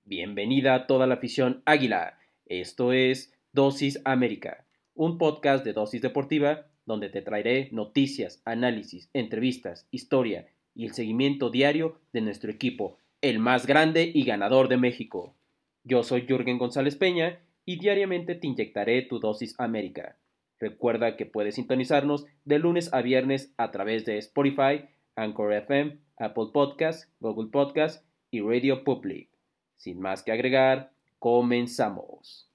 Bienvenida a toda la afición Águila. Esto es Dosis América, un podcast de dosis deportiva donde te traeré noticias, análisis, entrevistas, historia y el seguimiento diario de nuestro equipo, el más grande y ganador de México. Yo soy Jürgen González Peña y diariamente te inyectaré tu Dosis América. Recuerda que puedes sintonizarnos de lunes a viernes a través de Spotify, Anchor FM, Apple Podcasts, Google Podcasts y Radio Public. Sin más que agregar, comenzamos.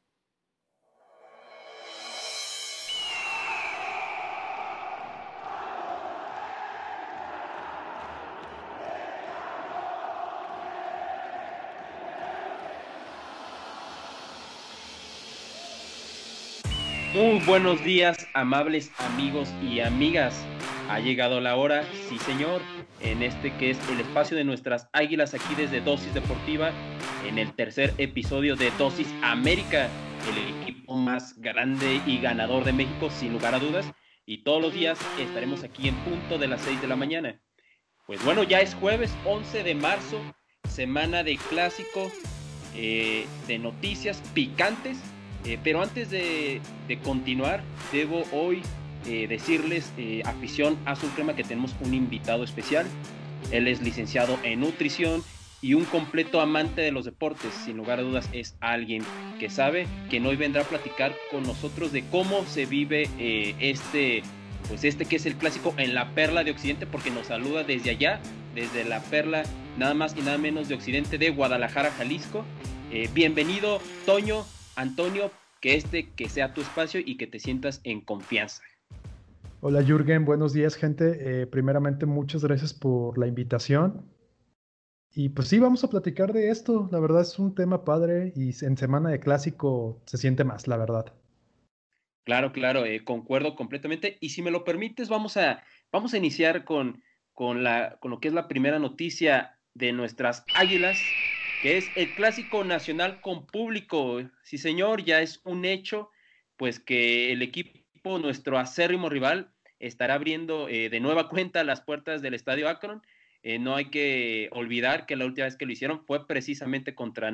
Muy buenos días, amables amigos y amigas. Ha llegado la hora, sí señor, en este que es el espacio de nuestras águilas aquí desde Dosis Deportiva, en el tercer episodio de Dosis América, el equipo más grande y ganador de México, sin lugar a dudas, y todos los días estaremos aquí en punto de las 6 de la mañana. Pues bueno, ya es jueves 11 de marzo, semana de clásico, de noticias picantes, pero antes de continuar, debo hoy decirles, afición azul crema, que tenemos un invitado especial. Él es licenciado en nutrición y un completo amante de los deportes. Sin lugar a dudas es alguien que sabe, que hoy vendrá a platicar con nosotros de cómo se vive este que es el clásico en la perla de Occidente, porque nos saluda desde allá, desde la perla nada más y nada menos de Occidente, de Guadalajara, Jalisco. Bienvenido, Toño, Antonio, que sea tu espacio y que te sientas en confianza. Hola Jürgen, buenos días gente. Primeramente muchas gracias por la invitación. Y pues sí, vamos a platicar de esto. La verdad es un tema padre y en semana de clásico se siente más, la verdad. Claro, claro, concuerdo completamente. Y si me lo permites, vamos a iniciar con lo que es la primera noticia de nuestras águilas, que es el clásico nacional con público. Sí, señor, ya es un hecho, pues que el equipo, nuestro acérrimo rival, estará abriendo de nueva cuenta las puertas del Estadio Akron. No hay que olvidar que la última vez que lo hicieron fue precisamente contra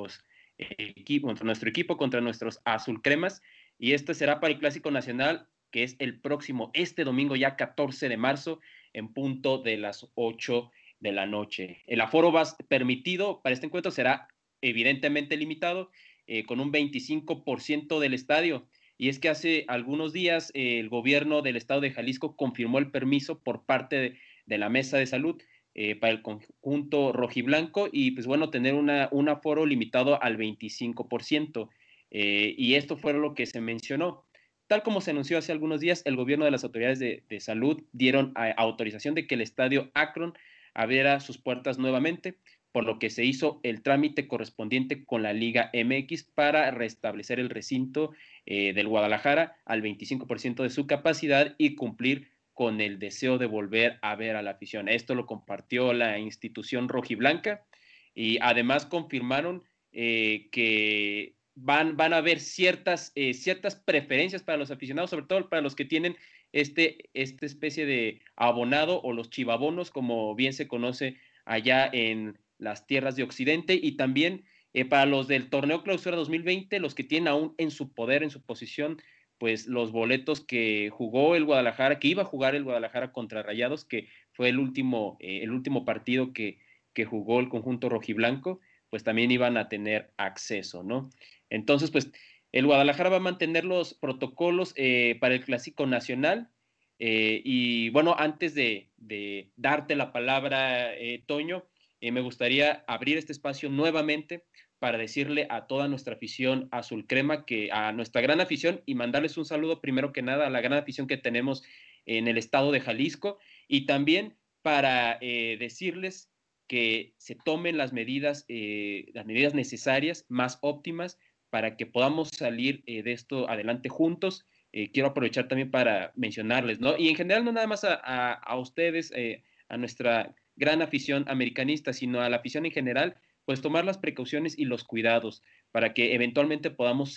nuestro equipo, contra nuestros azulcremas, y este será para el Clásico Nacional, que es el próximo, este domingo ya 14 de marzo, en punto de las 8 de la noche. El aforo permitido para este encuentro será evidentemente limitado, con un 25% del estadio. Y es que hace algunos días el gobierno del estado de Jalisco confirmó el permiso por parte de la Mesa de Salud, para el conjunto rojiblanco, y pues bueno, tener un aforo limitado al 25%. Y esto fue lo que se mencionó. Tal como se anunció hace algunos días, el gobierno de las autoridades de salud dieron autorización de que el estadio Akron abriera sus puertas nuevamente, por lo que se hizo el trámite correspondiente con la Liga MX para restablecer el recinto del Guadalajara al 25% de su capacidad y cumplir con el deseo de volver a ver a la afición. Esto lo compartió la institución rojiblanca, y además confirmaron que van a haber ciertas preferencias para los aficionados, sobre todo para los que tienen esta especie de abonado, o los chivabonos, como bien se conoce allá en las tierras de Occidente, y también para los del torneo Clausura 2020, los que tienen aún en su poder, en su posición, pues los boletos que jugó el Guadalajara, que iba a jugar el Guadalajara contra Rayados, que fue el último partido que jugó el conjunto rojiblanco, pues también iban a tener acceso, ¿no? Entonces, pues el Guadalajara va a mantener los protocolos para el Clásico Nacional. Y bueno, antes de darte la palabra, Toño, me gustaría abrir este espacio nuevamente para decirle a toda nuestra afición azul crema, a nuestra gran afición, y mandarles un saludo primero que nada a la gran afición que tenemos en el estado de Jalisco, y también para decirles que se tomen las medidas necesarias, más óptimas, para que podamos salir de esto adelante juntos. Quiero aprovechar también para mencionarles, ¿no? Y en general, no nada más a ustedes, a nuestra gran afición americanista, sino a la afición en general, pues tomar las precauciones y los cuidados para que eventualmente podamos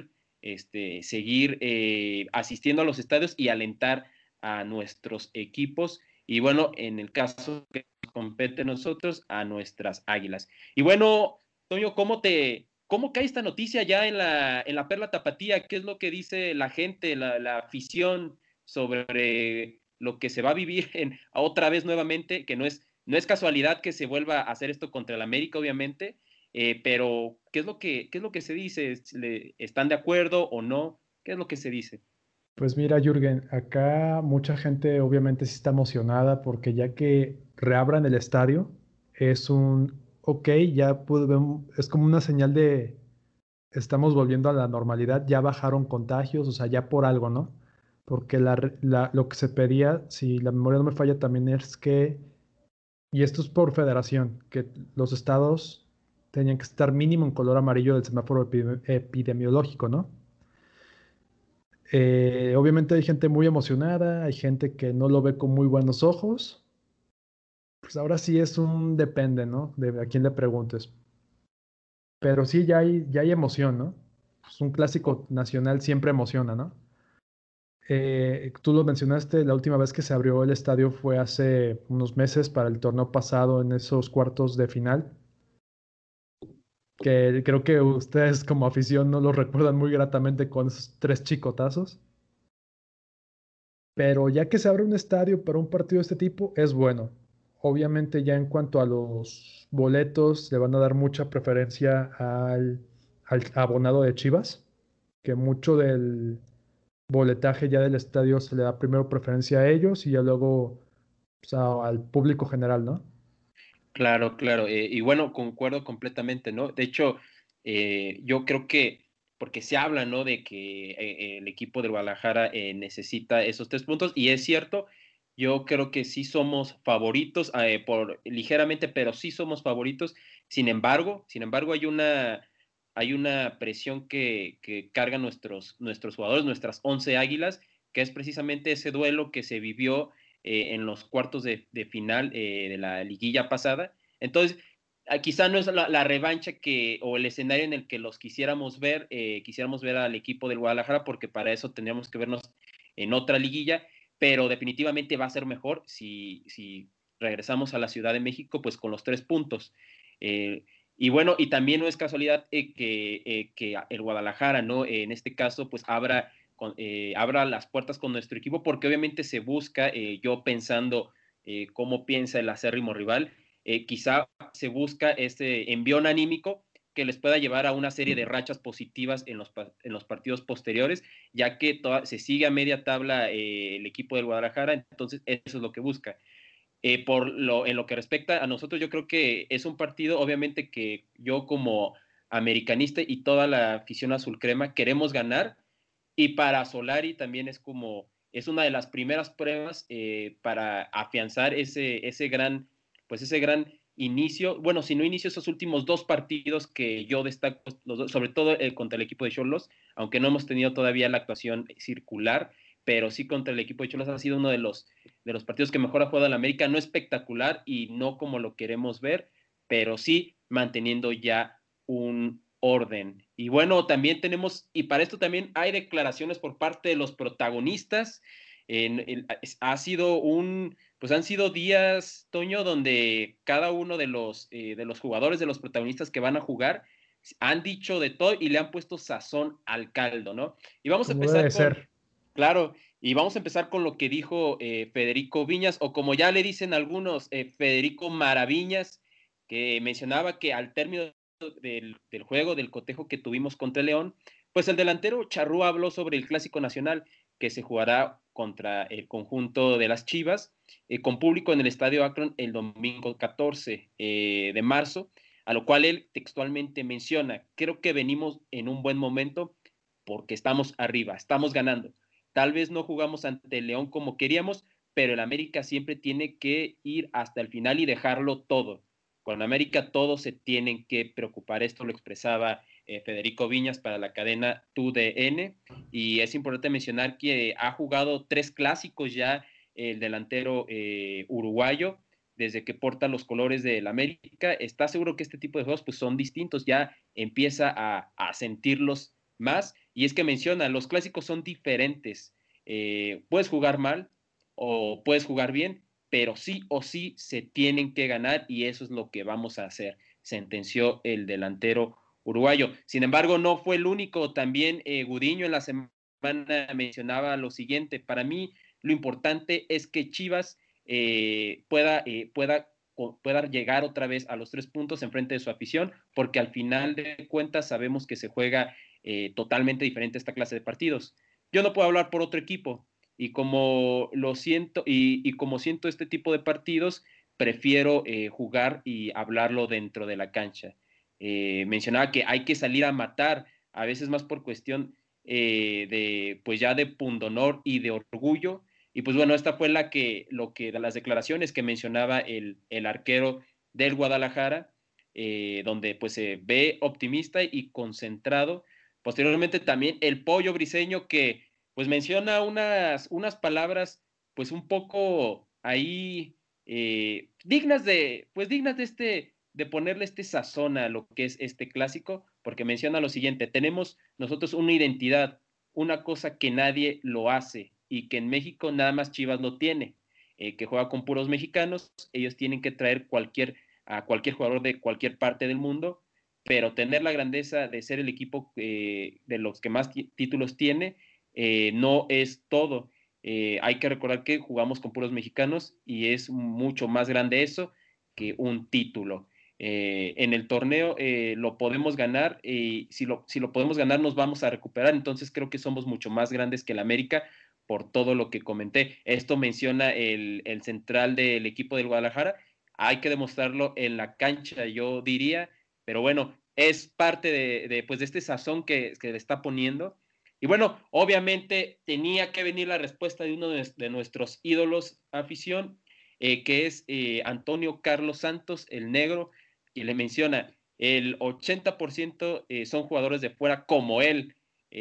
seguir asistiendo a los estadios y alentar a nuestros equipos. Y bueno, en el caso que compete a nosotros, a nuestras águilas. Y bueno, Toño, cómo cae esta noticia ya en la Perla Tapatía? ¿Qué es lo que dice la gente, la afición sobre lo que se va a vivir otra vez nuevamente? Que no es casualidad que se vuelva a hacer esto contra el América, obviamente, pero qué es lo que se dice? ¿Están de acuerdo o no? ¿Qué es lo que se dice? Pues mira, Jürgen, acá mucha gente obviamente sí está emocionada porque ya que reabran el estadio, es un, ok, es como una señal de estamos volviendo a la normalidad, ya bajaron contagios, o sea, ya por algo, ¿no? Porque lo que se pedía, si la memoria no me falla, también es que, y esto es por federación, que los estados tenían que estar mínimo en color amarillo del semáforo epidemiológico, ¿no? Obviamente hay gente muy emocionada, hay gente que no lo ve con muy buenos ojos. Pues ahora sí es un depende, ¿no? De a quién le preguntes. Pero sí, ya hay emoción, ¿no? Pues un clásico nacional siempre emociona, ¿no? Tú lo mencionaste, la última vez que se abrió el estadio fue hace unos meses para el torneo pasado en esos cuartos de final, que creo que ustedes como afición no lo recuerdan muy gratamente con esos tres chicotazos. Pero ya que se abre un estadio para un partido de este tipo, es bueno. Obviamente ya en cuanto a los boletos, le van a dar mucha preferencia al abonado de Chivas, que mucho del boletaje ya del estadio se le da primero preferencia a ellos y ya luego pues, al público general, ¿no? Claro, claro. Y bueno, concuerdo completamente, ¿no? De hecho, yo creo que, porque se habla, ¿no? De que el equipo del Guadalajara necesita esos 3 puntos, y es cierto, yo creo que sí somos favoritos, por ligeramente, pero sí somos favoritos. Sin embargo, hay una presión que cargan nuestros jugadores, nuestras 11 águilas, que es precisamente ese duelo que se vivió en los cuartos de final de la liguilla pasada. Entonces, quizá no es la revancha o el escenario en el que los quisiéramos ver al equipo del Guadalajara, porque para eso tendríamos que vernos en otra liguilla, pero definitivamente va a ser mejor si regresamos a la Ciudad de México, pues con los 3 puntos. Eh, y bueno, y también no es casualidad que el Guadalajara, ¿no? En este caso, pues abra las puertas con nuestro equipo, porque obviamente se busca, yo pensando cómo piensa el acérrimo rival, quizá se busca este envión anímico que les pueda llevar a una serie de rachas positivas en los partidos posteriores, ya que se sigue a media tabla el equipo del Guadalajara, entonces eso es lo que busca. En lo que respecta a nosotros, yo creo que es un partido, obviamente, que yo como americanista y toda la afición azul crema queremos ganar, y para Solari también es una de las primeras pruebas para afianzar ese gran inicio, bueno, si no inicio, esos últimos 2 partidos que yo destaco, sobre todo contra el equipo de Cholos, aunque no hemos tenido todavía la actuación circular, pero sí contra el equipo de Cholos ha sido uno de los partidos que mejor ha jugado el América, no espectacular y no como lo queremos ver, pero sí manteniendo ya un orden. Y bueno, también tenemos, y para esto también hay declaraciones por parte de los protagonistas. Ha sido pues han sido días, Toño, donde cada uno de los jugadores, de los protagonistas que van a jugar, han dicho de todo y le han puesto sazón al caldo, ¿no? Y vamos a Como debe empezar ser. claro, y vamos a empezar con lo que dijo Federico Viñas, o como ya le dicen algunos, Federico Maraviñas, que mencionaba que al término del juego, del cotejo que tuvimos contra el León, pues el delantero Charrúa habló sobre el Clásico Nacional que se jugará contra el conjunto de las Chivas, con público en el Estadio Akron el domingo 14 de marzo, a lo cual él textualmente menciona: creo que venimos en un buen momento porque estamos arriba, estamos ganando. Tal vez no jugamos ante el León como queríamos, pero el América siempre tiene que ir hasta el final y dejarlo todo. Con América todos se tienen que preocupar. Esto lo expresaba Federico Viñas para la cadena TUDN. Y es importante mencionar que ha jugado 3 clásicos ya el delantero uruguayo desde que porta los colores del América. Está seguro que este tipo de juegos pues, son distintos, ya empieza a sentirlos más. Y es que menciona, los clásicos son diferentes. Puedes jugar mal o puedes jugar bien, pero sí o sí se tienen que ganar, y eso es lo que vamos a hacer. sentenció el delantero uruguayo. Sin embargo, no fue el único. También Gudiño en la semana mencionaba lo siguiente: para mí lo importante es que Chivas pueda llegar otra vez a los 3 puntos en frente de su afición, porque al final de cuentas sabemos que se juega totalmente diferente esta clase de partidos. Yo no puedo hablar por otro equipo, y como lo siento, y como siento este tipo de partidos, prefiero jugar y hablarlo dentro de la cancha. Mencionaba que hay que salir a matar, a veces más por cuestión pues ya de pundonor y de orgullo. Y pues bueno, esta fue de las declaraciones que mencionaba el arquero del Guadalajara, donde pues se ve optimista y concentrado. Posteriormente también el Pollo Briseño, que pues menciona unas palabras pues un poco ahí dignas de ponerle este sazón a lo que es este clásico, porque menciona lo siguiente: tenemos nosotros una identidad, una cosa que nadie lo hace y que en México nada más Chivas lo tiene, que juega con puros mexicanos. Ellos tienen que traer a cualquier jugador de cualquier parte del mundo, pero tener la grandeza de ser el equipo de los que más títulos tiene no es todo. Hay que recordar que jugamos con puros mexicanos y es mucho más grande eso que un título. En el torneo lo podemos ganar, y si lo podemos ganar nos vamos a recuperar. Entonces creo que somos mucho más grandes que el América por todo lo que comenté. Esto menciona el central del equipo del Guadalajara. Hay que demostrarlo en la cancha, yo diría, pero bueno, es parte pues, de este sazón que le está poniendo. Y bueno, obviamente tenía que venir la respuesta de uno de nuestros ídolos afición, que es Antonio Carlos Santos, el negro, y le menciona: el 80% son jugadores de fuera como él.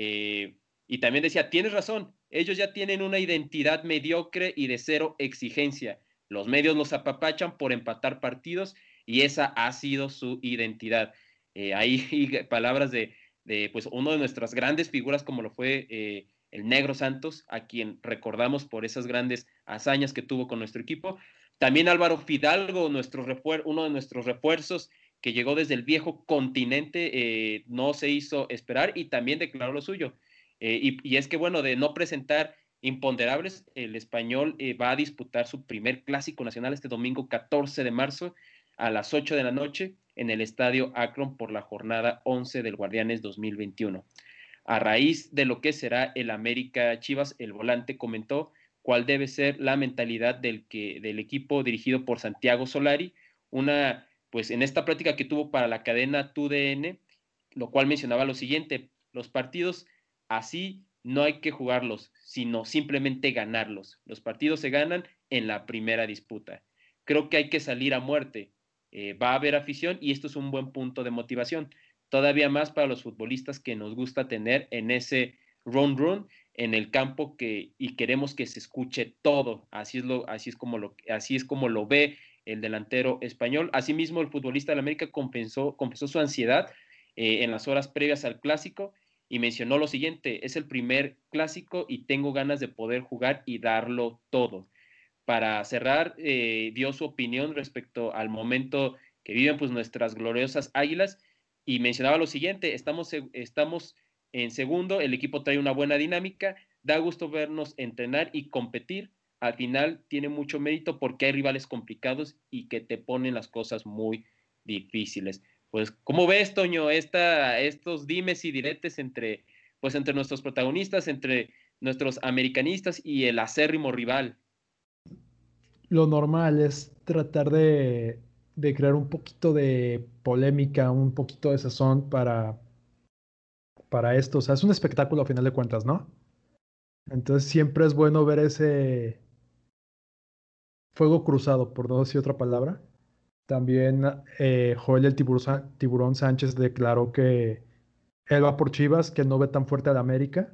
Y también decía: tienes razón, ellos ya tienen una identidad mediocre y de cero exigencia. Los medios los apapachan por empatar partidos y esa ha sido su identidad. Hay palabras de pues uno de nuestras grandes figuras, como lo fue el Negro Santos, a quien recordamos por esas grandes hazañas que tuvo con nuestro equipo. También Álvaro Fidalgo, uno de nuestros refuerzos, que llegó desde el viejo continente, no se hizo esperar y también declaró lo suyo. Y es que, bueno, de no presentar imponderables, el Español va a disputar su primer clásico nacional este domingo 14 de marzo a las 8 de la noche en el Estadio Akron por la jornada 11 del Guardianes 2021. A raíz de lo que será el América Chivas, el volante comentó cuál debe ser la mentalidad del equipo dirigido por Santiago Solari, pues en esta práctica que tuvo para la cadena TUDN, lo cual mencionaba lo siguiente: los partidos así no hay que jugarlos, sino simplemente ganarlos. Los partidos se ganan en la primera disputa. Creo que hay que salir a muerte. Va a haber afición y esto es un buen punto de motivación, todavía más para los futbolistas que nos gusta tener en ese run en el campo, y queremos que se escuche todo. Así es como lo ve el delantero español. Asimismo, el futbolista de la América confesó su ansiedad en las horas previas al clásico y mencionó lo siguiente: es el primer clásico y tengo ganas de poder jugar y darlo todo. Para cerrar, dio su opinión respecto al momento que viven pues nuestras gloriosas Águilas y mencionaba lo siguiente: estamos en segundo, el equipo trae una buena dinámica, da gusto vernos entrenar y competir. Al final tiene mucho mérito porque hay rivales complicados y que te ponen las cosas muy difíciles. Pues, ¿cómo ves, Toño, estos dimes y diretes entre nuestros protagonistas, entre nuestros americanistas y el acérrimo rival? Lo normal es tratar de crear un poquito de polémica, un poquito de sazón para esto. O sea, es un espectáculo a final de cuentas, ¿no? Entonces siempre es bueno ver ese fuego cruzado, por no decir otra palabra. También Joel el Tiburón Sánchez declaró que él va por Chivas, que no ve tan fuerte al América.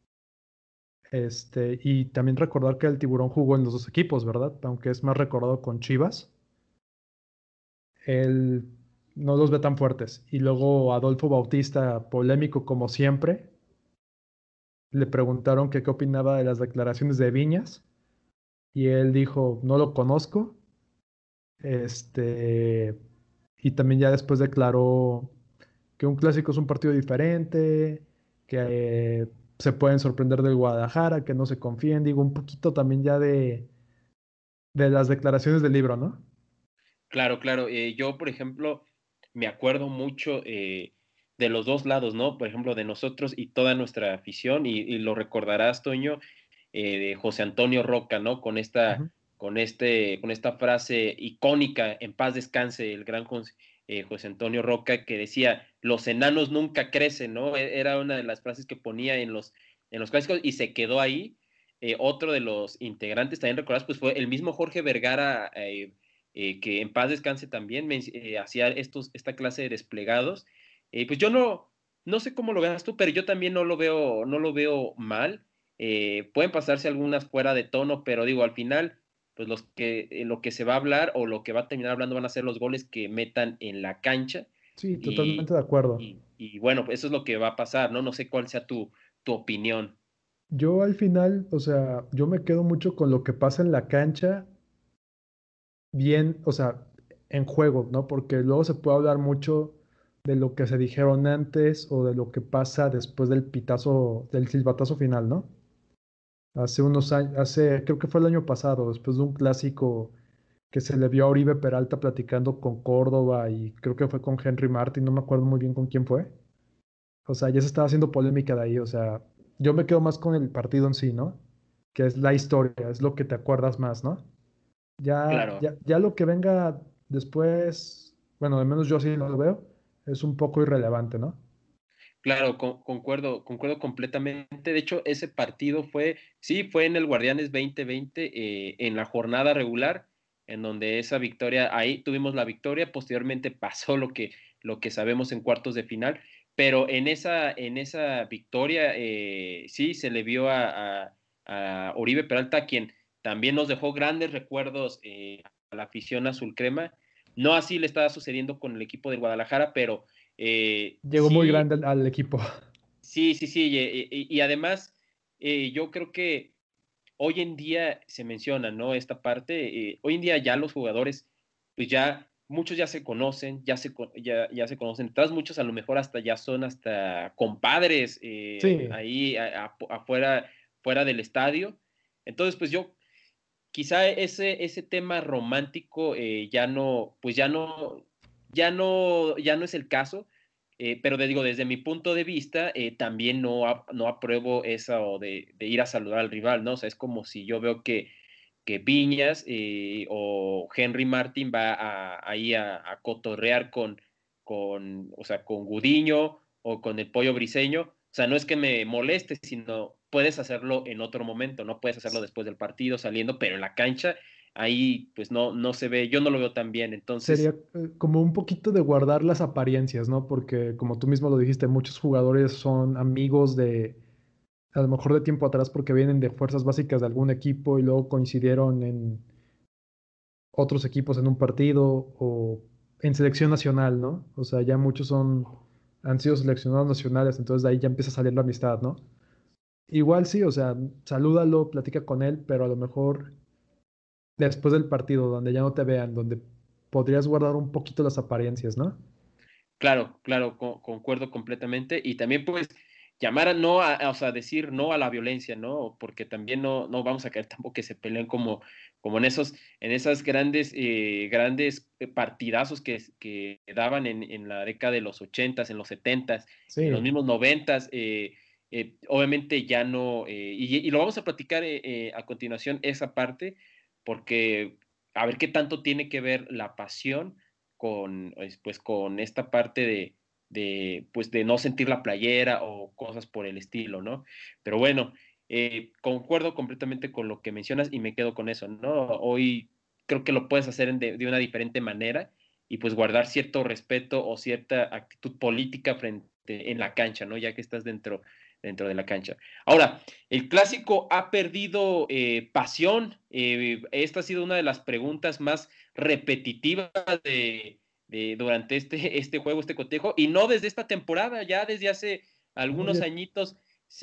Y también recordar que el Tiburón jugó en los dos equipos, ¿verdad? Aunque es más recordado con Chivas, él no los ve tan fuertes. Y luego Adolfo Bautista, polémico como siempre, le preguntaron que qué opinaba de las declaraciones de Viñas y él dijo: no lo conozco, este, y también ya después declaró que un clásico es un partido diferente, que se pueden sorprender del Guadalajara, que no se confíen, digo, un poquito también ya de las declaraciones del libro, ¿no? Claro, claro. Yo, por ejemplo, me acuerdo mucho de los dos lados, ¿no? Por ejemplo, de nosotros y toda nuestra afición, y lo recordarás, Toño, de José Antonio Roca, ¿no? Ujú. Con esta frase icónica, en paz descanse, el gran José Antonio Roca, que decía, los enanos nunca crecen, ¿no? Era una de las frases que ponía en los clásicos y se quedó ahí. Otro de los integrantes, también recordás, pues fue el mismo Jorge Vergara, que en paz descanse también, hacía esta clase de desplegados. Pues yo no sé cómo lo veas tú, pero yo también no lo veo mal. Pueden pasarse algunas fuera de tono, pero digo, al final, pues lo que se va a hablar o lo que va a terminar hablando van a ser los goles que metan en la cancha. Sí, Y, totalmente de acuerdo. y bueno, pues eso es lo que va a pasar, ¿no? No sé cuál sea tu opinión. Yo al final, o sea, yo me quedo mucho con lo que pasa en la cancha, bien, o sea, en juego, ¿no? Porque luego se puede hablar mucho de lo que se dijeron antes o de lo que pasa después del pitazo, del silbatazo final, ¿no? Hace unos años, creo que fue el año pasado, después de un clásico que se le vio a Oribe Peralta platicando con Córdoba y creo que fue con Henry Martin, no me acuerdo muy bien con quién fue. O sea, ya se estaba haciendo polémica de ahí, o sea, yo me quedo más con el partido en sí, ¿no? Que es la historia, es lo que te acuerdas más, ¿no? Claro. Ya lo que venga después, bueno, al menos yo así lo veo, es un poco irrelevante, ¿no? Claro, concuerdo completamente. De hecho, ese partido sí, fue en el Guardianes 2020, en la jornada regular, en donde esa victoria, ahí tuvimos la victoria, posteriormente pasó lo que sabemos en cuartos de final, pero en esa victoria, sí, se le vio a Oribe Peralta, quien también nos dejó grandes recuerdos a la afición azul crema. No así le estaba sucediendo con el equipo de Guadalajara, pero Llegó muy sí. grande al equipo. Sí, sí, sí, y además yo creo que hoy en día se menciona, ¿no? Esta parte, hoy en día ya los jugadores, pues ya, muchos ya se conocen, ya se conocen, tras muchos a lo mejor hasta ya son hasta compadres Sí, ahí afuera, fuera del estadio. Entonces, pues yo, quizá ese tema romántico pues ya no es el caso, pero te digo, desde mi punto de vista, también no apruebo eso de ir a saludar al rival, ¿no? O sea, es como si yo veo que Viñas o Henry Martin va ahí a cotorrear o sea, con Gudiño o con el Pollo Briseño. O sea, no es que me moleste, sino puedes hacerlo en otro momento, no puedes hacerlo después del partido, saliendo, pero en la cancha, ahí pues no se ve, yo no lo veo tan bien. sería Entonces, como un poquito de guardar las apariencias, ¿no? Porque como tú mismo lo dijiste, muchos jugadores son amigos de, a lo mejor de tiempo atrás, porque vienen de fuerzas básicas de algún equipo y luego coincidieron en otros equipos en un partido o en selección nacional, ¿no? O sea, ya muchos han sido seleccionados nacionales, entonces de ahí ya empieza a salir la amistad, ¿no? Igual sí, o sea, salúdalo, platica con él, pero a lo mejor después del partido, donde ya no te vean, donde podrías guardar un poquito las apariencias, ¿no? claro, claro, concuerdo completamente. Y también, pues, llamar o sea, decir no a la violencia, ¿no? Porque también no vamos a caer tampoco que se peleen como en esas grandes partidazos que daban en la década de los ochentas, en los setentas, en los Sí, mismos noventas. Obviamente ya no, y lo vamos a platicar a continuación, esa parte, porque a ver qué tanto tiene que ver la pasión pues, con esta parte pues, de no sentir la playera o cosas por el estilo, ¿no? Pero bueno, concuerdo completamente con lo que mencionas y me quedo con eso, ¿no? Hoy creo que lo puedes hacer de una diferente manera y pues guardar cierto respeto o cierta actitud política en la cancha, ¿no? Ya que estás dentro de la cancha. Ahora, el clásico ha perdido pasión. Esta ha sido una de las preguntas más repetitivas durante este juego, este cotejo, y no desde esta temporada, ya desde hace no, algunos añitos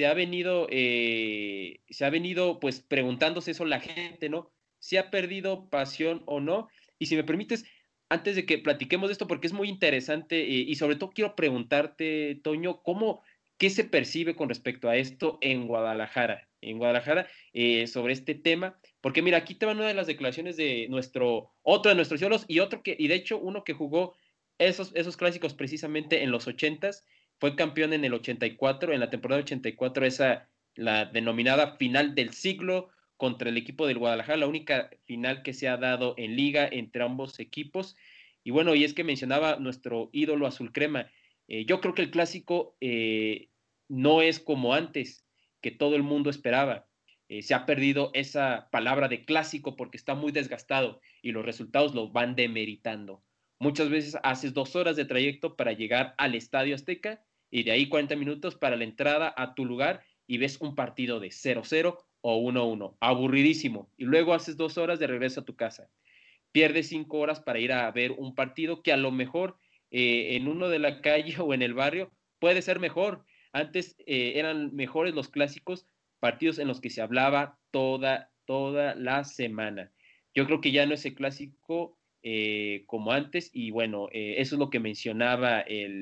se ha venido pues preguntándose eso la gente, ¿no? Si ha perdido pasión o no. Y si me permites, antes de que platiquemos de esto, porque es muy interesante y sobre todo quiero preguntarte, Toño, ¿qué se percibe con respecto a esto en Guadalajara? En Guadalajara, sobre este tema, porque mira, aquí te van una de las declaraciones de otro de nuestros ídolos y de hecho uno que jugó esos clásicos precisamente en los 80s, fue campeón en el 84, en la temporada 84, la denominada final del siglo contra el equipo del Guadalajara, la única final que se ha dado en liga entre ambos equipos. Y bueno, y es que mencionaba nuestro ídolo azul crema. Yo creo que el clásico no es como antes, que todo el mundo esperaba. Se ha perdido esa palabra de clásico porque está muy desgastado y los resultados lo van demeritando. Muchas veces haces 2 horas de trayecto para llegar al Estadio Azteca y de ahí 40 minutos para la entrada a tu lugar y ves un partido de 0-0 o 1-1, aburridísimo. Y luego haces 2 horas de regreso a tu casa. Pierdes 5 horas para ir a ver un partido que a lo mejor en uno de la calle o en el barrio puede ser mejor. Antes eran mejores los clásicos, partidos en los que se hablaba toda la semana. Yo creo que ya no es el clásico como antes y bueno, eso es lo que mencionaba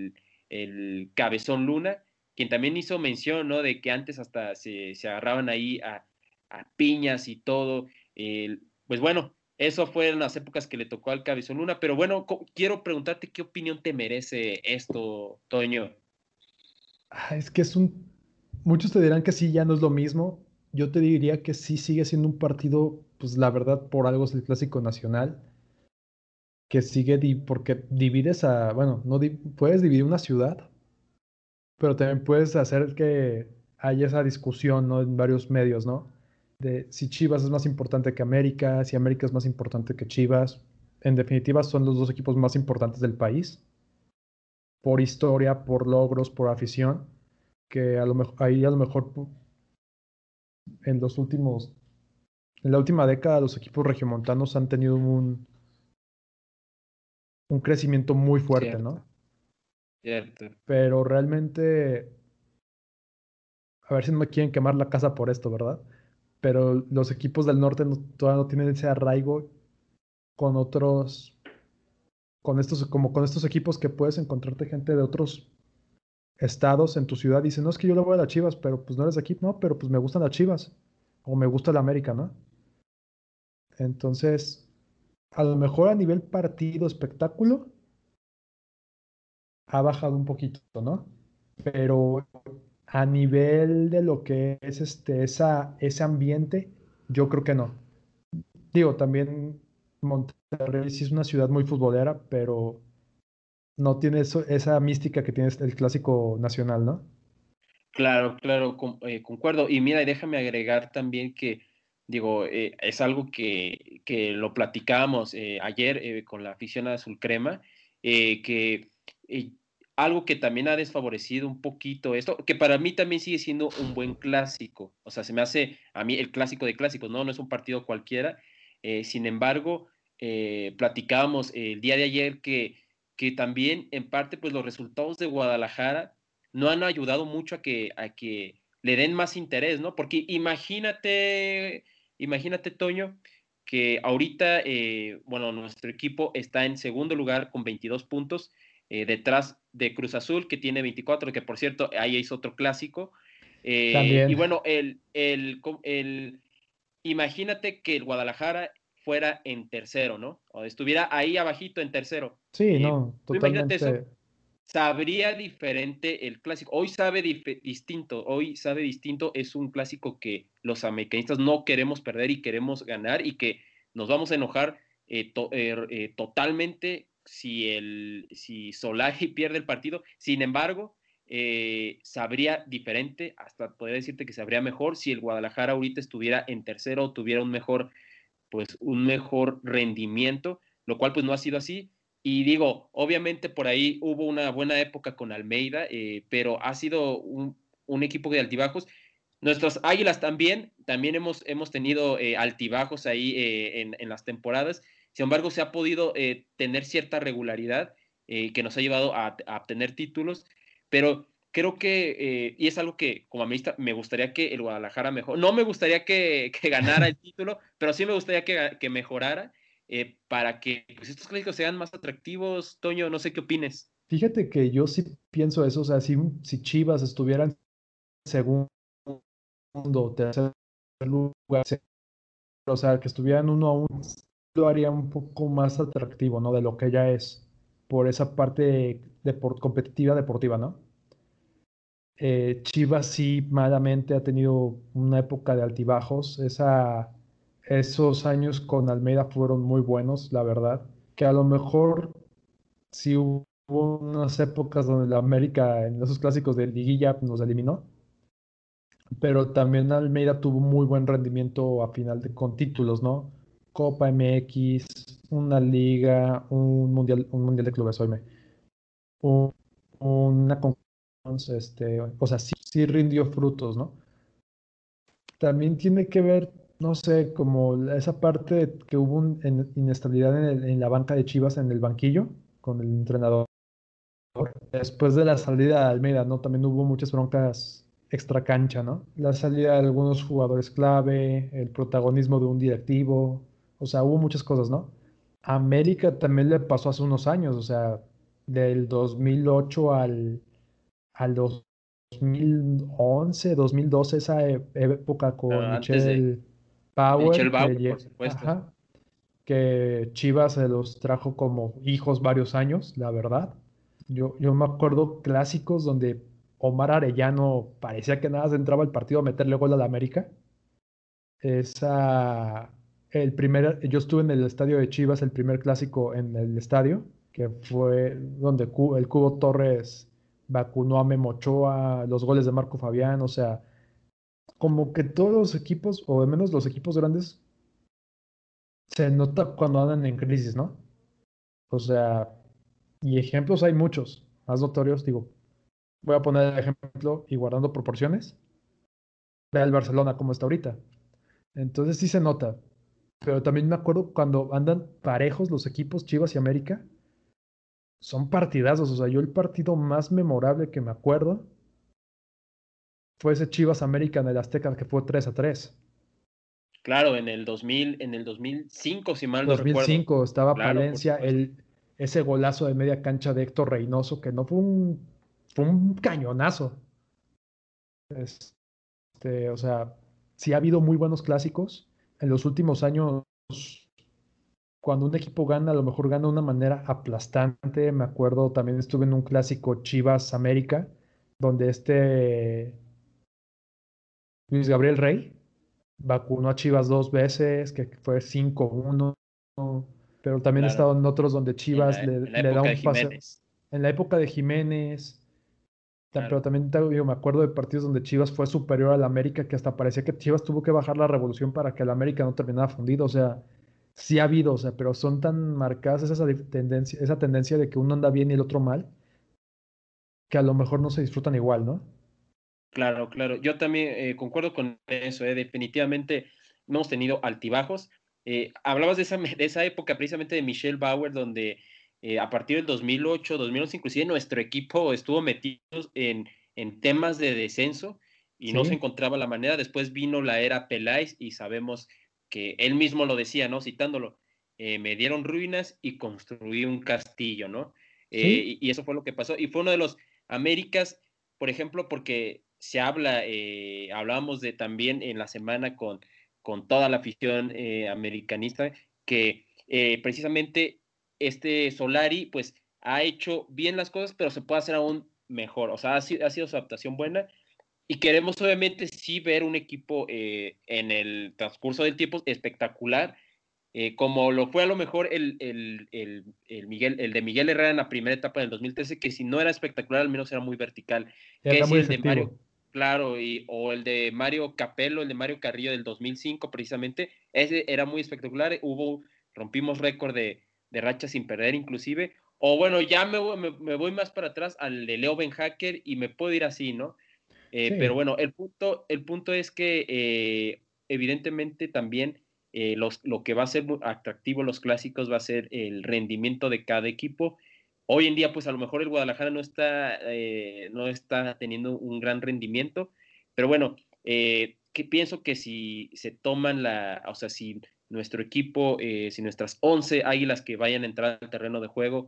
el Cabezón Luna, quien también hizo mención, ¿no? De que antes hasta se agarraban ahí a piñas y todo. Pues bueno, eso fueron las épocas que le tocó al Cabezón Luna, pero bueno, quiero preguntarte qué opinión te merece esto, Toño. Es que muchos te dirán que sí, ya no es lo mismo. Yo te diría que sí sigue siendo un partido, pues la verdad, por algo es el clásico nacional, que sigue, porque divides bueno, no puedes dividir una ciudad, pero también puedes hacer que haya esa discusión, ¿no? En varios medios, ¿no? De si Chivas es más importante que América, si América es más importante que Chivas. En definitiva, son los dos equipos más importantes del país, por historia, por logros, por afición, que a lo mejor, ahí a lo mejor en los últimos, en la última década los equipos regiomontanos han tenido un crecimiento muy fuerte, Cierto, ¿no? cierto. Pero realmente, a ver si no me quieren quemar la casa por esto, ¿verdad? Pero los equipos del norte todavía no tienen ese arraigo con otros, como con estos equipos que puedes encontrarte gente de otros estados en tu ciudad y dicen, no, es que yo le voy a las Chivas, pero pues no eres de aquí, no, pero pues me gustan las Chivas o me gusta la América, ¿no? Entonces, a lo mejor a nivel partido, espectáculo, ha bajado un poquito, ¿no? Pero a nivel de lo que es ese ambiente, yo creo que no. Digo, también Monterrey sí es una ciudad muy futbolera, pero no tiene esa mística que tiene el clásico nacional, ¿no? Claro, claro, concuerdo. Y mira, déjame agregar también que, digo, es algo que lo platicábamos ayer con la afición a Azul Crema, que eh, algo que también ha desfavorecido un poquito esto, que para mí también sigue siendo un buen clásico. O sea, se me hace a mí el clásico de clásicos, ¿no? No es un partido cualquiera. Sin embargo, platicábamos el día de ayer que también en parte, pues los resultados de Guadalajara no han ayudado mucho a que le den más interés, ¿no? Porque imagínate, Toño, que ahorita, bueno, nuestro equipo está en segundo lugar con 22 puntos, detrás de Cruz Azul, que tiene 24, que por cierto, ahí es otro clásico. Y También. bueno, imagínate que el Guadalajara fuera en tercero, ¿no? O estuviera ahí abajito en tercero. Sí, no, Tú imagínate eso, totalmente. sabría diferente el clásico. Hoy sabe distinto, es un clásico que los americanistas no queremos perder y queremos ganar y que nos vamos a enojar totalmente si Solari pierde el partido. Sin embargo, sabría diferente, hasta podría decirte que sabría mejor si el Guadalajara ahorita estuviera en tercero o tuviera un mejor rendimiento, lo cual pues no ha sido así. Y digo, obviamente por ahí hubo una buena época con Almeida, pero ha sido un equipo de altibajos. Nuestras Águilas también hemos tenido altibajos ahí en las temporadas. Sin embargo, se ha podido tener cierta regularidad que nos ha llevado a obtener títulos, pero creo que, y es algo que como administra, me gustaría que el Guadalajara mejor, no me gustaría que ganara el título, pero sí me gustaría que mejorara. para que pues, estos clásicos sean más atractivos. Toño, no sé qué opines. Fíjate que yo sí pienso eso, o sea, si Chivas estuviera en segundo, tercer lugar, o sea, que estuvieran 1-1, lo haría un poco más atractivo, ¿no? De lo que ya es, por esa parte competitiva deportiva, ¿no? Chivas sí malamente ha tenido una época de altibajos. Esos años con Almeida fueron muy buenos, la verdad. Que a lo mejor sí hubo unas épocas donde la América en esos clásicos de liguilla nos eliminó, pero también Almeida tuvo muy buen rendimiento a final con títulos, ¿no? Copa MX, una liga, un mundial de clubes, oíme, un- una o sea, sí rindió frutos, ¿no? También tiene que ver, no sé, como esa parte que hubo inestabilidad en la banca de Chivas, en el banquillo, con el entrenador. Después de la salida de Almeida, ¿no? También hubo muchas broncas extra cancha, ¿no? La salida de algunos jugadores clave, el protagonismo de un directivo, o sea, hubo muchas cosas, ¿no? A América también le pasó hace unos años, o sea, del 2008 al 2011, 2012, esa época con Antes Michelle de Michelle Bauer, Bauer, por supuesto. ajá, que Chivas se los trajo como hijos varios años, la verdad. Yo me acuerdo clásicos donde Omar Arellano parecía que nada se entraba al partido a meterle gol a la América. Esa, yo estuve en el estadio de Chivas, el primer clásico en el estadio, que fue donde el Cubo Torres vacunó a Memo Ochoa, los goles de Marco Fabián, o sea, como que todos los equipos, o al menos los equipos grandes, se nota cuando andan en crisis, ¿no? O sea, y ejemplos hay muchos, más notorios, digo, voy a poner el ejemplo y guardando proporciones, ve al Barcelona como está ahorita. Entonces sí se nota, pero también me acuerdo cuando andan parejos los equipos Chivas y América, son partidazos, o sea, yo el partido más memorable que me acuerdo fue ese Chivas América en el Azteca que fue 3-3. Claro, en el 2005, si mal no recuerdo. 2005 estaba Claro, por Palencia, supuesto. ese golazo de media cancha de Héctor Reynoso, que no fue un cañonazo. O sea, sí ha habido muy buenos clásicos. En los últimos años, cuando un equipo gana, a lo mejor gana de una manera aplastante. Me acuerdo, también estuve en un clásico Chivas América, donde Luis Gabriel Rey vacunó a Chivas 2 veces, que fue 5-1. Pero también he Claro, estado en otros donde en Chivas la, le, en la le da época de un pase. Jiménez. En la época de Jiménez, pero Claro. también digo, me acuerdo de partidos donde Chivas fue superior al América, que hasta parecía que Chivas tuvo que bajar la revolución para que el América no terminara fundido. O sea, sí ha habido, o sea, pero son tan marcadas esa tendencia de que uno anda bien y el otro mal, que a lo mejor no se disfrutan igual, ¿no? Claro, claro. Yo también concuerdo con eso. Definitivamente no hemos tenido altibajos. Hablabas de esa época precisamente de Michelle Bauer, donde a partir del 2008, 2011, inclusive nuestro equipo estuvo metido en temas de descenso y no se Sí, encontraba la manera. Después vino la era Peláez y sabemos que él mismo lo decía, ¿no? Citándolo, me dieron ruinas y construí un castillo, ¿no? sí, Y eso fue lo que pasó. Y fue uno de los Américas, por ejemplo, porque hablábamos de también en la semana con toda la afición americanista, que precisamente este Solari, pues, ha hecho bien las cosas, pero se puede hacer aún mejor. O sea, ha sido su adaptación buena. Y queremos obviamente sí ver un equipo en el transcurso del tiempo espectacular, como lo fue a lo mejor el de Miguel Herrera en la primera etapa del 2013, que si no era espectacular, al menos era muy vertical. ¿Qué era muy decir el de Mario? efectivo. Claro, o el de Mario Capello, el de Mario Carrillo del 2005, precisamente, ese era muy espectacular. Rompimos récord de racha sin perder, inclusive. O bueno, ya me voy más para atrás al de Leo Ben Hacker y me puedo ir así, ¿no? Pero Sí, bueno, el punto es que evidentemente también lo que va a ser muy atractivo los clásicos va a ser el rendimiento de cada equipo. Hoy en día, pues a lo mejor el Guadalajara no está teniendo un gran rendimiento, pero bueno, que pienso que si se toman o sea, si nuestro equipo, si nuestras 11 águilas que vayan a entrar al terreno de juego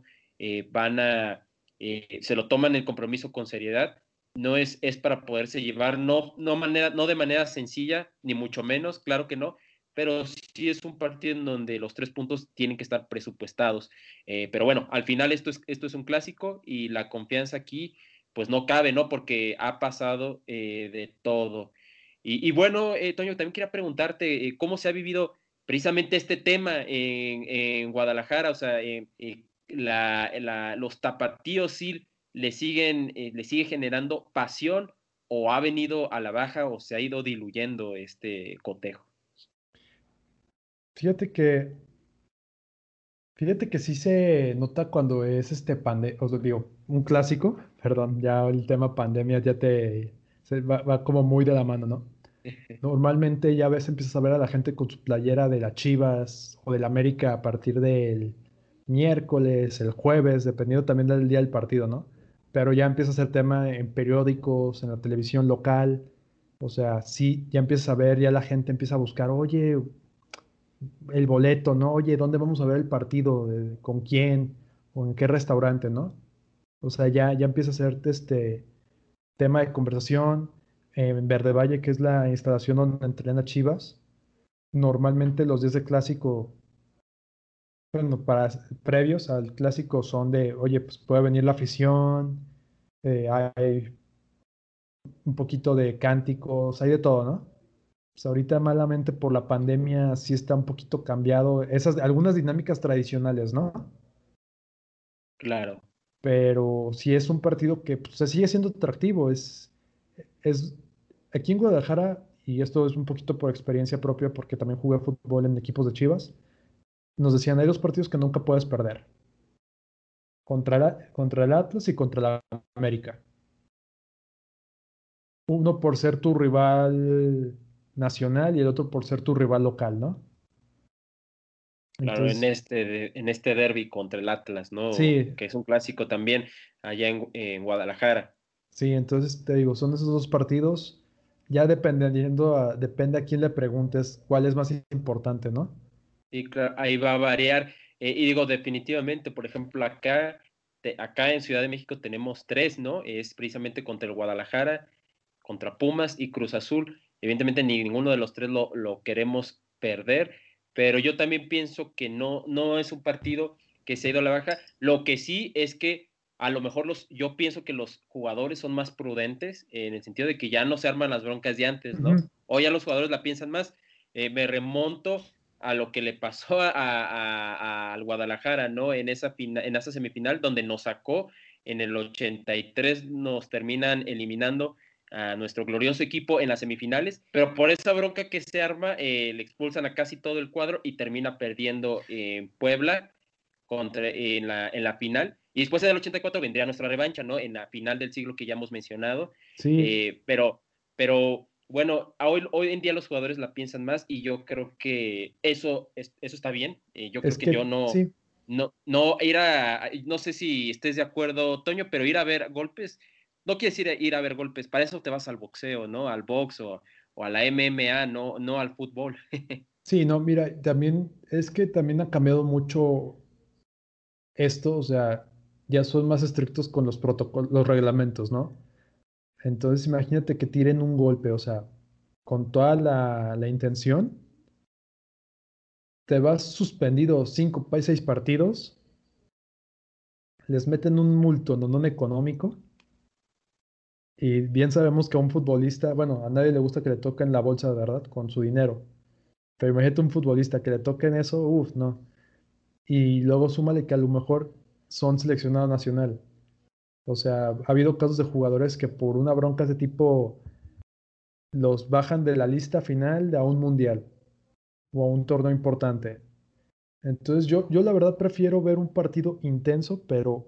se lo toman el compromiso con seriedad, no es para poderse llevar, no de manera sencilla, ni mucho menos, claro que no, pero sí es un partido en donde los 3 puntos tienen que estar presupuestados. Pero bueno, al final esto es un clásico y la confianza aquí pues no cabe, ¿no? Porque ha pasado de todo. Y bueno, Toño, también quería preguntarte cómo se ha vivido precisamente este tema en Guadalajara, o sea, los tapatíos sí le sigue generando pasión o ha venido a la baja o se ha ido diluyendo este cotejo. Fíjate que, fíjate que sí se nota cuando es o sea, digo, un clásico, perdón, ya el tema pandemia ya va como muy de la mano, ¿no? Normalmente ya ves, empiezas a ver a la gente con su playera de las Chivas o del América a partir del miércoles, el jueves, dependiendo también del día del partido, ¿no? Pero ya empieza a ser tema en periódicos, en la televisión local. O sea, sí, ya empiezas a ver, ya la gente empieza a buscar, oye, el boleto, ¿no? Oye, ¿dónde vamos a ver el partido? ¿Con quién? ¿O en qué restaurante, ¿no? O sea, ya empieza a ser tema de conversación. En Verde Valle, que es la instalación donde entrena Chivas, normalmente los días de clásico, bueno, previos al clásico son de, oye, pues puede venir la afición, hay un poquito de cánticos, hay de todo, ¿no? Pues ahorita malamente por la pandemia sí está un poquito cambiado, algunas dinámicas tradicionales, ¿no? Claro. Pero sí es un partido que pues, se sigue siendo atractivo, es aquí en Guadalajara, y esto es un poquito por experiencia propia porque también jugué fútbol en equipos de Chivas, nos decían, hay dos partidos que nunca puedes perder, contra el Atlas y contra la América. Uno por ser tu rival nacional y el otro por ser tu rival local, ¿no? Claro, Entonces, en este derby contra el Atlas, ¿no? sí, Que es un clásico también allá en Guadalajara. sí, entonces te digo, son esos dos partidos, ya depende a quién le preguntes cuál es más importante, ¿no? Y claro, ahí va a variar. Y digo, definitivamente, por ejemplo, acá en Ciudad de México tenemos 3, ¿no? Es precisamente contra el Guadalajara, contra Pumas y Cruz Azul. Evidentemente, ninguno de los 3 lo queremos perder, pero yo también pienso que no es un partido que se ha ido a la baja. Lo que sí es que a lo mejor yo pienso que los jugadores son más prudentes en el sentido de que ya no se arman las broncas de antes, ¿no? Ujú. O ya los jugadores la piensan más. Me remonto a lo que le pasó al Guadalajara, ¿no? En esa semifinal donde nos sacó, en el 83 nos terminan eliminando a nuestro glorioso equipo en las semifinales, pero por esa bronca que se arma, le expulsan a casi todo el cuadro y termina perdiendo en Puebla en la final. Y después en el 84 vendría nuestra revancha, ¿no? En la final del siglo que ya hemos mencionado. Sí, Pero bueno, hoy en día los jugadores la piensan más y yo creo que eso está bien. Yo es creo que yo que sí, no no sé si estés de acuerdo, Toño, pero ir a ver golpes, no quieres ir a ver golpes, para eso te vas al boxeo, ¿no? Al box o a la MMA, no al fútbol. sí, no, mira, también es que también ha cambiado mucho esto, o sea, ya son más estrictos con los protocolos, los reglamentos, ¿no? Entonces imagínate que tiren un golpe, o sea, con toda la intención, te vas suspendido 6 partidos, les meten un multo no económico, y bien sabemos que a un futbolista, bueno, a nadie le gusta que le toquen la bolsa, de verdad, con su dinero, pero imagínate un futbolista que le toquen eso, uff, no. Y luego súmale que a lo mejor son seleccionado nacional. O sea, ha habido casos de jugadores que por una bronca de ese tipo los bajan de la lista final a un mundial o a un torneo importante. Entonces yo la verdad prefiero ver un partido intenso, pero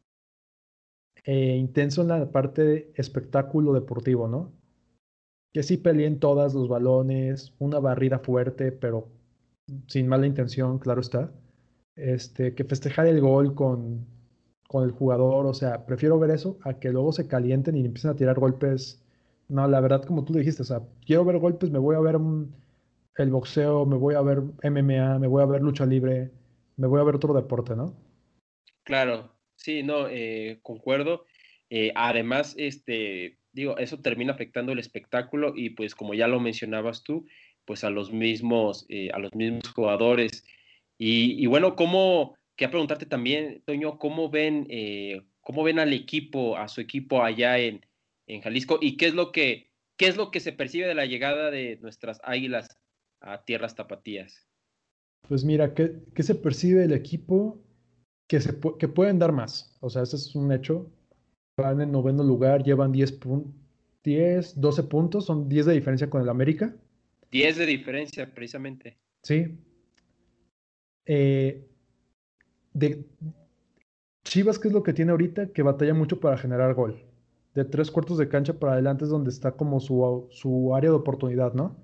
intenso en la parte de espectáculo deportivo, ¿no? Que sí peleen todas los balones, una barrida fuerte, pero sin mala intención, claro está. Que festejar el gol con el jugador, o sea, prefiero ver eso a que luego se calienten y empiecen a tirar golpes. No, la verdad, como tú dijiste, o sea, quiero ver golpes, me voy a ver el boxeo, me voy a ver MMA, me voy a ver lucha libre, me voy a ver otro deporte, ¿no? Claro, sí, no, concuerdo. Además, digo, eso termina afectando el espectáculo y pues como ya lo mencionabas tú, pues a los mismos jugadores. Y bueno, quería preguntarte también, Toño, cómo ven al equipo, a su equipo allá en Jalisco y qué es lo que se percibe de la llegada de nuestras águilas a tierras tapatías? Pues mira, ¿qué se percibe del equipo? Que pueden dar más. O sea, ese es un hecho. Van en noveno lugar, llevan 10, 12 puntos, son 10 de diferencia con el América. 10 de diferencia, precisamente. Sí. Eh, de Chivas, ¿qué es lo que tiene ahorita? Que batalla mucho para generar gol. De 3 cuartos de cancha para adelante es donde está como su área de oportunidad, ¿no?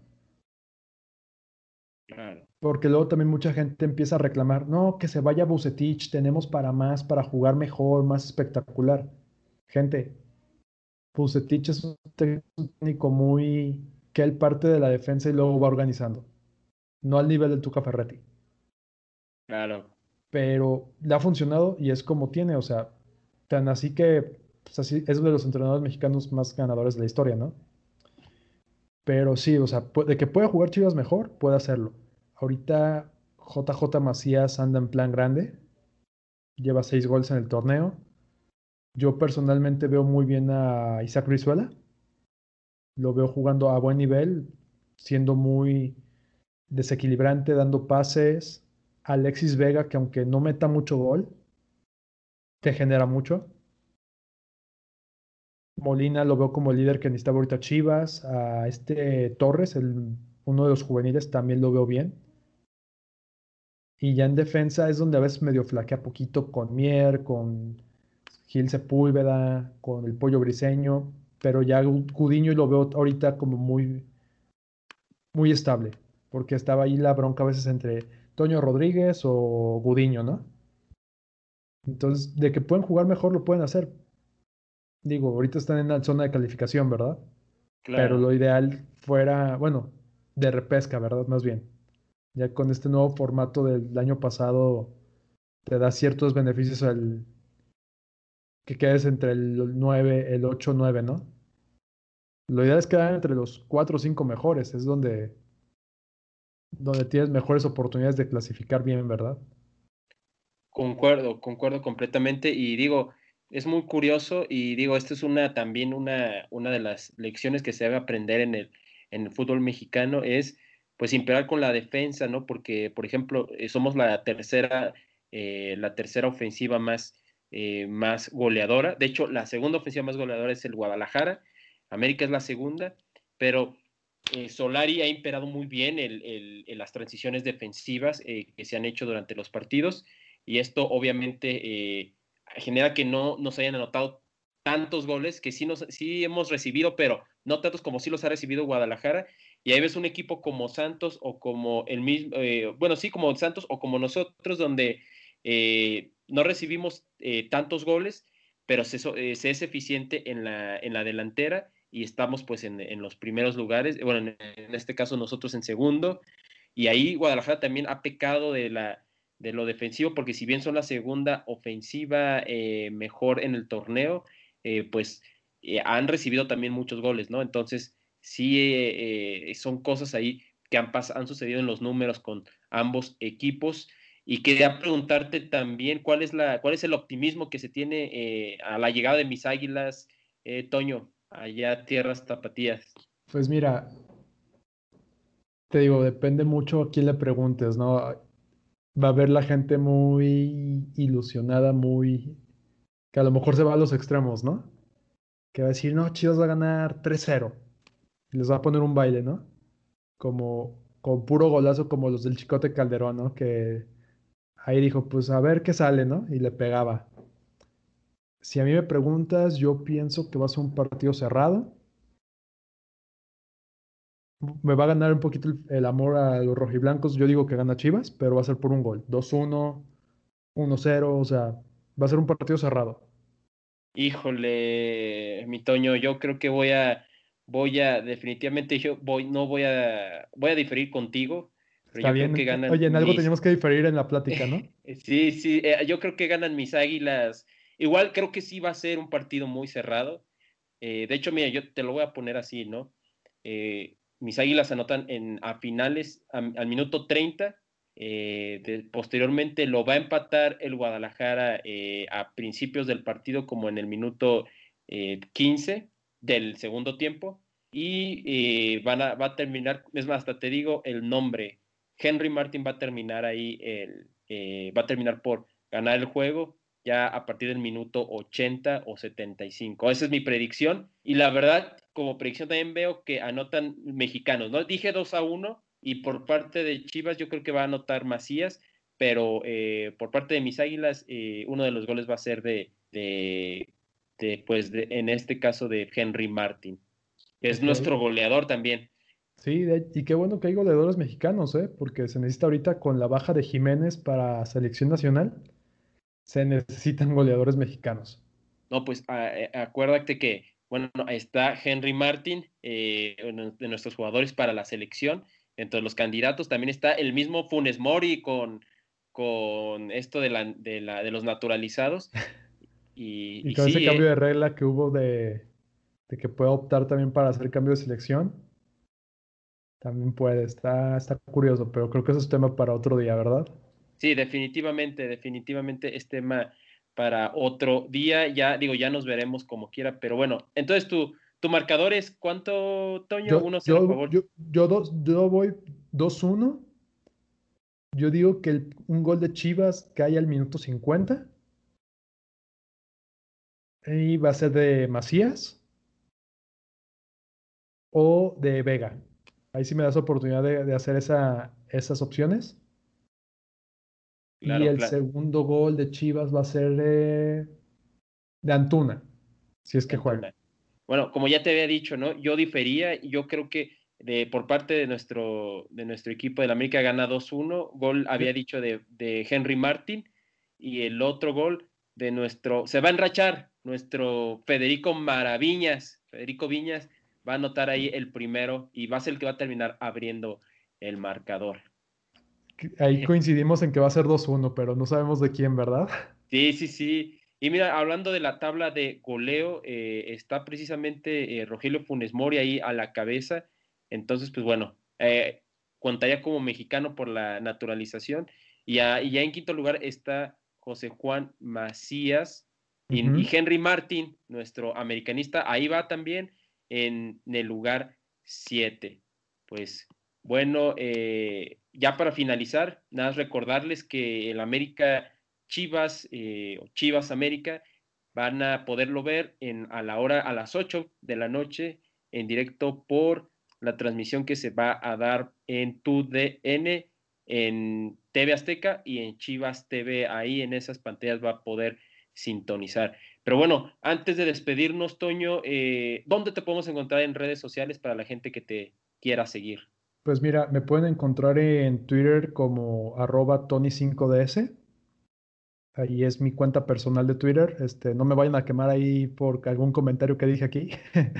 Claro. Porque luego también mucha gente empieza a reclamar, no, que se vaya Vucetich, tenemos para más, para jugar mejor, más espectacular. Gente, Vucetich es un técnico muy que él parte de la defensa y luego va organizando, no al nivel del Tuca Ferretti, Claro. pero le ha funcionado y es como tiene, o sea, tan así que pues así es de los entrenadores mexicanos más ganadores de la historia, ¿no? Pero sí, o sea, de que puede jugar Chivas mejor, puede hacerlo. Ahorita JJ Macías anda en plan grande, lleva 6 goles en el torneo. Yo personalmente veo muy bien a Isaac Brizuela, lo veo jugando a buen nivel, siendo muy desequilibrante, dando pases. Alexis Vega, que aunque no meta mucho gol, te genera mucho. Molina lo veo como el líder que necesita ahorita Chivas. A este Torres, uno de los juveniles, también lo veo bien. Y ya en defensa es donde a veces medio flaquea poquito con Mier, con Gil Sepúlveda, con el Pollo Briseño, pero ya Gudiño lo veo ahorita como muy, muy estable, porque estaba ahí la bronca a veces entre Toño Rodríguez o Gudiño, ¿no? Entonces, de que pueden jugar mejor, lo pueden hacer. Digo, ahorita están en la zona de calificación, ¿verdad? Pero Claro, lo ideal fuera, bueno, de repesca, ¿verdad? Más bien. Ya con este nuevo formato del año pasado, te da ciertos beneficios al que quedes entre el 9, el 8, 9, ¿no? Lo ideal es quedar entre los 4 o 5 mejores, es donde tienes mejores oportunidades de clasificar bien, ¿verdad? concuerdo completamente y digo, es muy curioso y digo, esto es también una de las lecciones que se debe aprender en el fútbol mexicano es pues imperar con la defensa, ¿no? Porque, por ejemplo, somos la tercera ofensiva más goleadora. De hecho, la segunda ofensiva más goleadora es el Guadalajara. América es la segunda, pero Solari ha imperado muy bien en las transiciones defensivas que se han hecho durante los partidos y esto obviamente genera que no se hayan anotado tantos goles que sí hemos recibido, pero no tantos como sí los ha recibido Guadalajara. Y ahí ves un equipo como Santos o como el mismo, bueno, sí, como Santos o como nosotros, donde no recibimos tantos goles, pero se es eficiente en la delantera y estamos pues en los primeros lugares, bueno, en este caso nosotros en segundo, y ahí Guadalajara también ha pecado de lo defensivo, porque si bien son la segunda ofensiva mejor en el torneo, pues han recibido también muchos goles, ¿no? Entonces, sí, son cosas ahí que han sucedido en los números con ambos equipos. Y quería preguntarte también cuál es el optimismo que se tiene a la llegada de mis águilas, Toño, allá a tierras tapatías. Pues mira, te digo, depende mucho a quién le preguntes, ¿no? Va a haber la gente muy ilusionada, muy que a lo mejor se va a los extremos, ¿no? Que va a decir, no, Chivas va a ganar 3-0 y les va a poner un baile, ¿no? Como con puro golazo como los del Chicote Calderón, ¿no? Que ahí dijo, pues a ver qué sale, ¿no? Y le pegaba. Si a mí me preguntas, yo pienso que va a ser un partido cerrado. Me va a ganar un poquito el amor a los rojiblancos. Yo digo que gana Chivas, pero va a ser por un gol. 2-1, 1-0, o sea, va a ser un partido cerrado. Híjole, mi Toño, yo creo que definitivamente voy a diferir contigo, pero Está yo creo que bien. ganan Oye, en algo mis, teníamos que diferir en la plática, ¿no? sí, sí, yo creo que ganan mis Águilas. Igual creo que sí va a ser un partido muy cerrado. De hecho, mira, yo te lo voy a poner así, ¿no? Mis Águilas anotan a finales, al minuto 30. Posteriormente lo va a empatar el Guadalajara a principios del partido, como en el minuto 15 del segundo tiempo. Y va a terminar, es más, hasta te digo el nombre. Henry Martin va a terminar ahí, va a terminar por ganar el juego ya a partir del minuto 80 o 75. Esa es mi predicción. Y la verdad, como predicción también veo que anotan mexicanos, ¿no? Dije 2-1 y por parte de Chivas yo creo que va a anotar Macías, pero por parte de mis Águilas, uno de los goles va a ser en este caso de Henry Martin, que es Ok. nuestro goleador también. Sí, y qué bueno que hay goleadores mexicanos, ¿eh? Porque se necesita ahorita con la baja de Jiménez para selección nacional, se necesitan goleadores mexicanos. No, pues acuérdate que, bueno, está Henry Martin, uno de nuestros jugadores para la selección. Entre los candidatos también está el mismo Funes Mori con esto de los naturalizados. Y Y con ese sí, cambio de regla que hubo de que pueda optar también para hacer cambio de selección, también puede. Está curioso, pero creo que eso es tema para otro día, ¿verdad? sí, definitivamente es tema para otro día. Ya digo, ya nos veremos como quiera, pero bueno, entonces tu marcador es ¿cuánto, Toño? Yo, 1-0 a yo, favor. yo voy 2-1. Yo digo que un gol de Chivas cae al minuto 50 y va a ser de Macías o de Vega. Ahí sí me das oportunidad de hacer esas opciones. Y Claro, el claro. segundo gol de Chivas va a ser de Antuna, si es que juega. Antuna. Bueno, como ya te había dicho, ¿no? Yo difería, yo creo que por parte de nuestro equipo del América gana 2-1. Gol Yo- había dicho de Henry Martin, y el otro gol se va a enrachar nuestro Federico Viñas va a anotar ahí el primero y va a ser el que va a terminar abriendo el marcador. Ahí coincidimos en que va a ser 2-1, pero no sabemos de quién, ¿verdad? Sí, sí, sí. Y mira, hablando de la tabla de goleo, está precisamente Rogelio Funes Mori ahí a la cabeza. Entonces, pues bueno, contaría como mexicano por la naturalización. Y ya en quinto lugar está José Juan Macías y Ujú. Henry Martin, nuestro americanista. Ahí va también en el lugar 7. Pues bueno, ya para finalizar, nada más recordarles que el América Chivas o Chivas América van a poderlo ver a las 8 de la noche en directo por la transmisión que se va a dar en TUDN, en TV Azteca y en Chivas TV. Ahí en esas pantallas va a poder sintonizar. Pero bueno, antes de despedirnos, Toño, ¿dónde te podemos encontrar en redes sociales para la gente que te quiera seguir? Pues mira, me pueden encontrar en Twitter como @Tony5DS. Ahí es mi cuenta personal de Twitter. No me vayan a quemar ahí por algún comentario que dije aquí.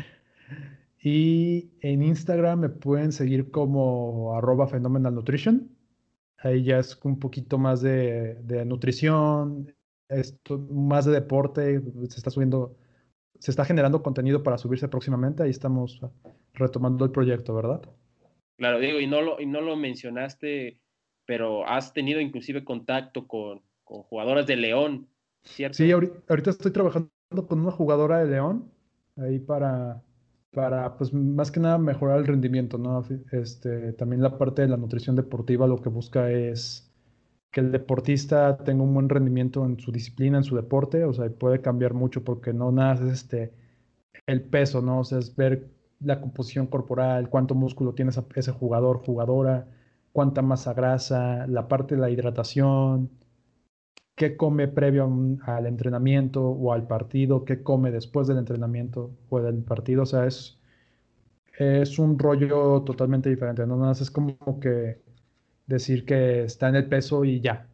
Y en Instagram me pueden seguir como @Phenomenal Nutrition. Ahí ya es un poquito más de nutrición, más de deporte. Se está generando contenido para subirse próximamente. Ahí estamos retomando el proyecto, ¿verdad? Claro, digo, y no lo mencionaste, pero has tenido inclusive contacto con jugadoras de León, Sí, ¿cierto? ahorita estoy trabajando con una jugadora de León, ahí pues más que nada mejorar el rendimiento, ¿no? También la parte de la nutrición deportiva lo que busca es que el deportista tenga un buen rendimiento en su disciplina, en su deporte, o sea, y puede cambiar mucho porque no nada es el peso, ¿no? O sea, es ver la composición corporal, cuánto músculo tiene ese jugador, jugadora, cuánta masa grasa, la parte de la hidratación, qué come previo al entrenamiento o al partido, qué come después del entrenamiento o del partido. O sea, es un rollo totalmente diferente. No nada más es como que decir que está en el peso y ya.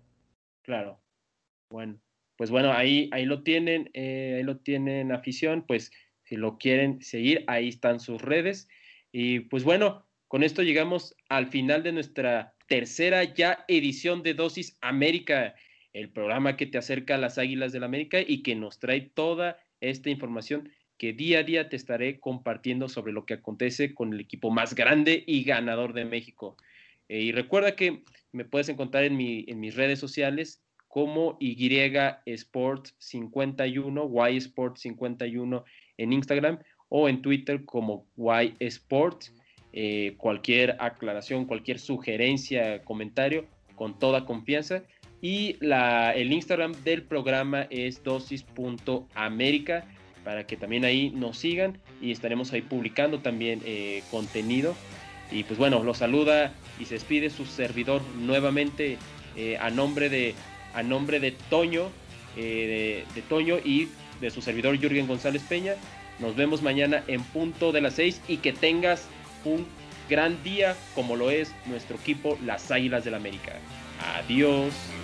Claro, bueno, pues bueno, ahí lo tienen, afición, pues lo quieren seguir, ahí están sus redes. Y pues bueno, con esto llegamos al final de nuestra tercera ya edición de Dosis América, el programa que te acerca a las Águilas del América y que nos trae toda esta información que día a día te estaré compartiendo sobre lo que acontece con el equipo más grande y ganador de México. Y recuerda que me puedes encontrar en mis redes sociales como YSport51, YSport51 en Instagram o en Twitter como YSport. Cualquier aclaración, cualquier sugerencia, comentario, con toda confianza. Y el Instagram del programa es dosis.america para que también ahí nos sigan y estaremos ahí publicando también contenido. Y pues bueno, los saluda y se despide su servidor nuevamente a nombre de Toño, de Toño y de su servidor Jürgen González Peña. Nos vemos mañana en punto de las 6 y que tengas un gran día como lo es nuestro equipo, las Águilas del América. Adiós.